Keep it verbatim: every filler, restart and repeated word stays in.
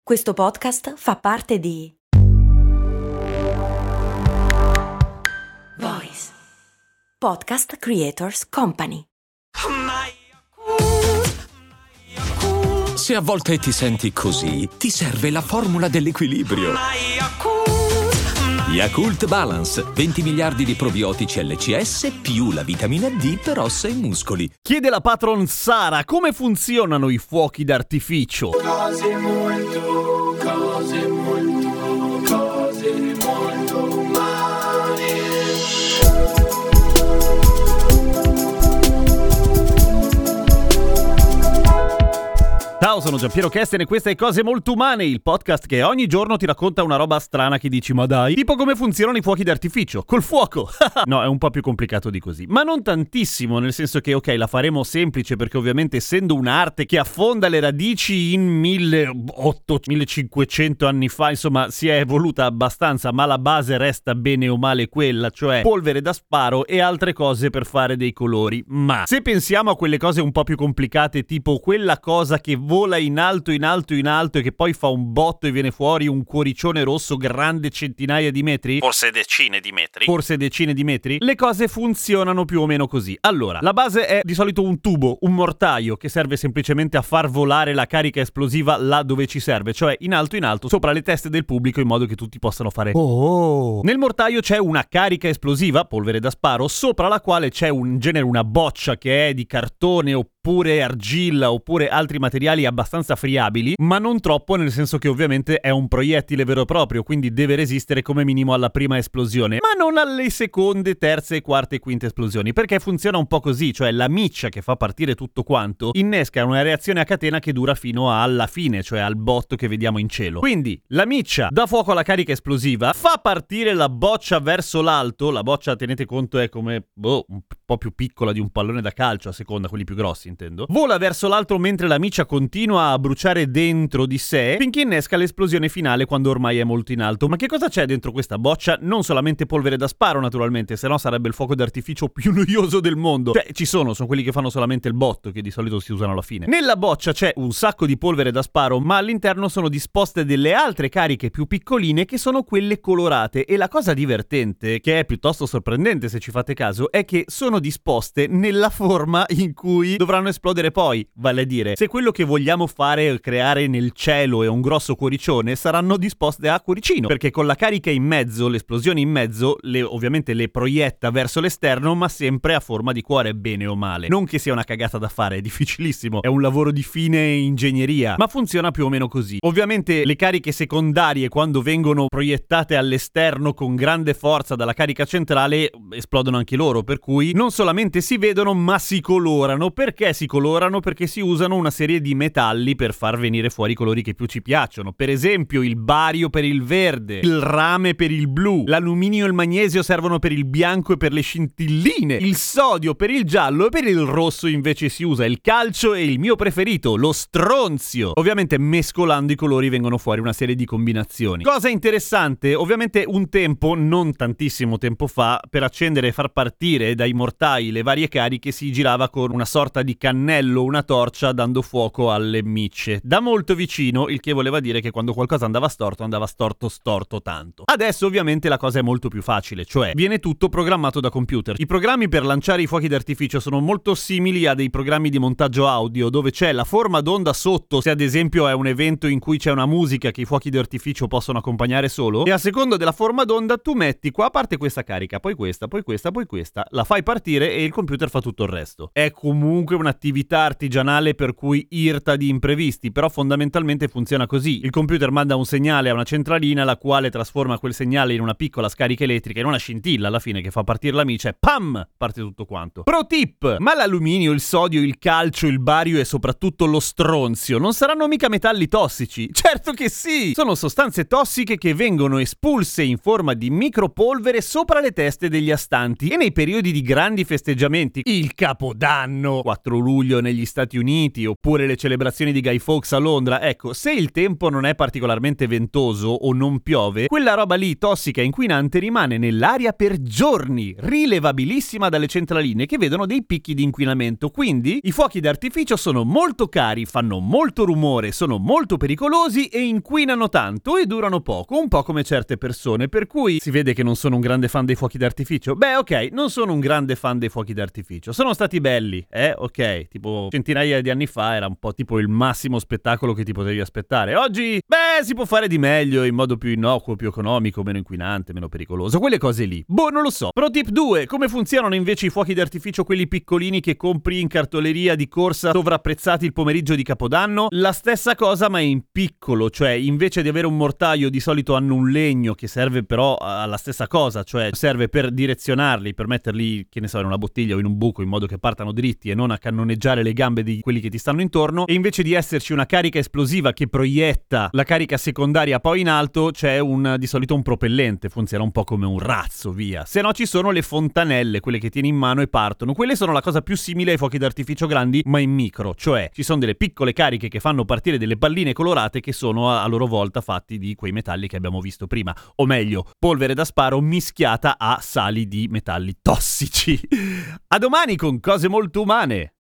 Questo podcast fa parte di Voice Podcast Creators Company. Se a volte ti senti così, ti serve la formula dell'equilibrio. Yakult Balance, venti miliardi di probiotici L C S più la vitamina D per ossa e muscoli. Chiede la patron Sara come funzionano i fuochi d'artificio. Cose molto, cose molto, cose molto umane. Ciao, sono Giampiero Kesten e questa è Cose Molto Umane, il podcast che ogni giorno ti racconta una roba strana che dici ma dai, tipo come funzionano i fuochi d'artificio, col fuoco. No, è un po' più complicato di così, ma non tantissimo, nel senso che ok, la faremo semplice perché ovviamente essendo un'arte che affonda le radici in milleottocento millecinquecento anni fa, insomma si è evoluta abbastanza, ma la base resta bene o male quella, cioè polvere da sparo e altre cose per fare dei colori. Ma se pensiamo a quelle cose un po' più complicate, tipo quella cosa che vola in alto, in alto, in alto e che poi fa un botto e viene fuori un cuoricione rosso grande centinaia di metri, forse decine di metri, forse decine di metri, le cose funzionano più o meno così. Allora, la base è di solito un tubo, un mortaio che serve semplicemente a far volare la carica esplosiva là dove ci serve, cioè in alto in alto sopra le teste del pubblico in modo che tutti possano fare oh. Nel mortaio c'è una carica esplosiva, polvere da sparo, sopra la quale c'è un genere, una boccia che è di cartone oppure argilla oppure altri materiali abbastanza friabili, ma non troppo, nel senso che ovviamente è un proiettile vero e proprio, quindi deve resistere come minimo alla prima esplosione, ma non alle seconde, terze, quarte e quinte esplosioni, perché funziona un po' così, cioè la miccia che fa partire tutto quanto innesca una reazione a catena che dura fino alla fine, cioè al botto che vediamo in cielo. Quindi la miccia dà fuoco alla carica esplosiva, fa partire la boccia verso l'alto, la boccia tenete conto è come boh, un po' più piccola di un pallone da calcio a seconda, quelli più grossi intendo, vola verso l'alto mentre la miccia continua a bruciare dentro di sé finché innesca l'esplosione finale quando ormai è molto in alto. Ma che cosa c'è dentro questa boccia? Non solamente polvere da sparo naturalmente, se no sarebbe il fuoco d'artificio più noioso del mondo. Cioè ci sono, sono quelli che fanno solamente il botto che di solito si usano alla fine. Nella boccia c'è un sacco di polvere da sparo, ma all'interno sono disposte delle altre cariche più piccoline che sono quelle colorate, e la cosa divertente, che è piuttosto sorprendente se ci fate caso, è che sono disposte nella forma in cui dovranno esplodere poi, vale a dire se quello che vogliamo fare, creare nel cielo è un grosso cuoricione, saranno disposte a cuoricino, perché con la carica in mezzo, l'esplosione in mezzo, le, ovviamente le proietta verso l'esterno, ma sempre a forma di cuore, bene o male. Non che sia una cagata da fare, è difficilissimo, è un lavoro di fine ingegneria, ma funziona più o meno così. Ovviamente le cariche secondarie, quando vengono proiettate all'esterno con grande forza dalla carica centrale, esplodono anche loro, per cui non solamente si vedono, ma si colorano. Perché si colorano? Perché si usano una serie di metalli per far venire fuori i colori che più ci piacciono. Per esempio il bario per il verde, il rame per il blu, l'alluminio e il magnesio servono per il bianco e per le scintilline, il sodio per il giallo, e per il rosso invece si usa il calcio e il mio preferito, lo stronzio. Ovviamente mescolando i colori vengono fuori una serie di combinazioni. Cosa interessante, ovviamente un tempo, non tantissimo tempo fa, per accendere e far partire dai mortai le varie cariche si girava con una sorta di cannello, una torcia, dando fuoco alle micce da molto vicino, il che voleva dire che quando qualcosa andava storto, andava storto storto tanto. Adesso ovviamente la cosa è molto più facile, cioè viene tutto programmato da computer. I programmi per lanciare i fuochi d'artificio sono molto simili a dei programmi di montaggio audio, dove c'è la forma d'onda sotto, se ad esempio è un evento in cui c'è una musica che i fuochi d'artificio possono accompagnare solo, e a seconda della forma d'onda tu metti qua a parte questa carica, poi questa, poi questa, poi questa, la fai partire e il computer fa tutto il resto. È comunque un'attività artigianale per cui irta di imprevisti, però fondamentalmente funziona così. Il computer manda un segnale a una centralina, la quale trasforma quel segnale in una piccola scarica elettrica, in una scintilla alla fine che fa partire la miccia e pam! Parte tutto quanto. Pro tip! Ma l'alluminio, il sodio, il calcio, il bario e soprattutto lo stronzio non saranno mica metalli tossici? Certo che sì! Sono sostanze tossiche che vengono espulse in forma di micropolvere sopra le teste degli astanti, e nei periodi di grandi grandi festeggiamenti, il Capodanno, quattro luglio negli Stati Uniti, oppure le celebrazioni di Guy Fawkes a Londra, ecco, se il tempo non è particolarmente ventoso o non piove, quella roba lì tossica e inquinante rimane nell'aria per giorni, rilevabilissima dalle centraline che vedono dei picchi di inquinamento. Quindi i fuochi d'artificio sono molto cari, fanno molto rumore, sono molto pericolosi e inquinano tanto e durano poco, un po' come certe persone, per cui si vede che non sono un grande fan dei fuochi d'artificio. Beh, ok, non sono un grande fan dei fuochi d'artificio, sono stati belli, eh, ok, tipo centinaia di anni fa era un po' tipo il massimo spettacolo che ti potevi aspettare. Oggi, beh, si può fare di meglio in modo più innocuo, più economico, meno inquinante, meno pericoloso, quelle cose lì. Boh, non lo so. Pro tip due, come funzionano invece i fuochi d'artificio, quelli piccolini che compri in cartoleria di corsa sovrapprezzati il pomeriggio di Capodanno? La stessa cosa ma in piccolo, cioè invece di avere un mortaio di solito hanno un legno che serve però alla stessa cosa, cioè serve per direzionarli, per metterli, che ne so, in una bottiglia o in un buco in modo che partano dritti e non a cannoneggiare le gambe di quelli che ti stanno intorno. E invece di esserci una carica esplosiva che proietta la carica secondaria poi in alto, c'è un di solito un propellente, funziona un po' come un razzo, via. Se no ci sono le fontanelle, quelle che tieni in mano e partono. Quelle sono la cosa più simile ai fuochi d'artificio grandi, ma in micro, cioè ci sono delle piccole cariche che fanno partire delle palline colorate che sono a loro volta fatti di quei metalli che abbiamo visto prima, o meglio, polvere da sparo mischiata a sali di metalli tossici. A domani con cose molto umane!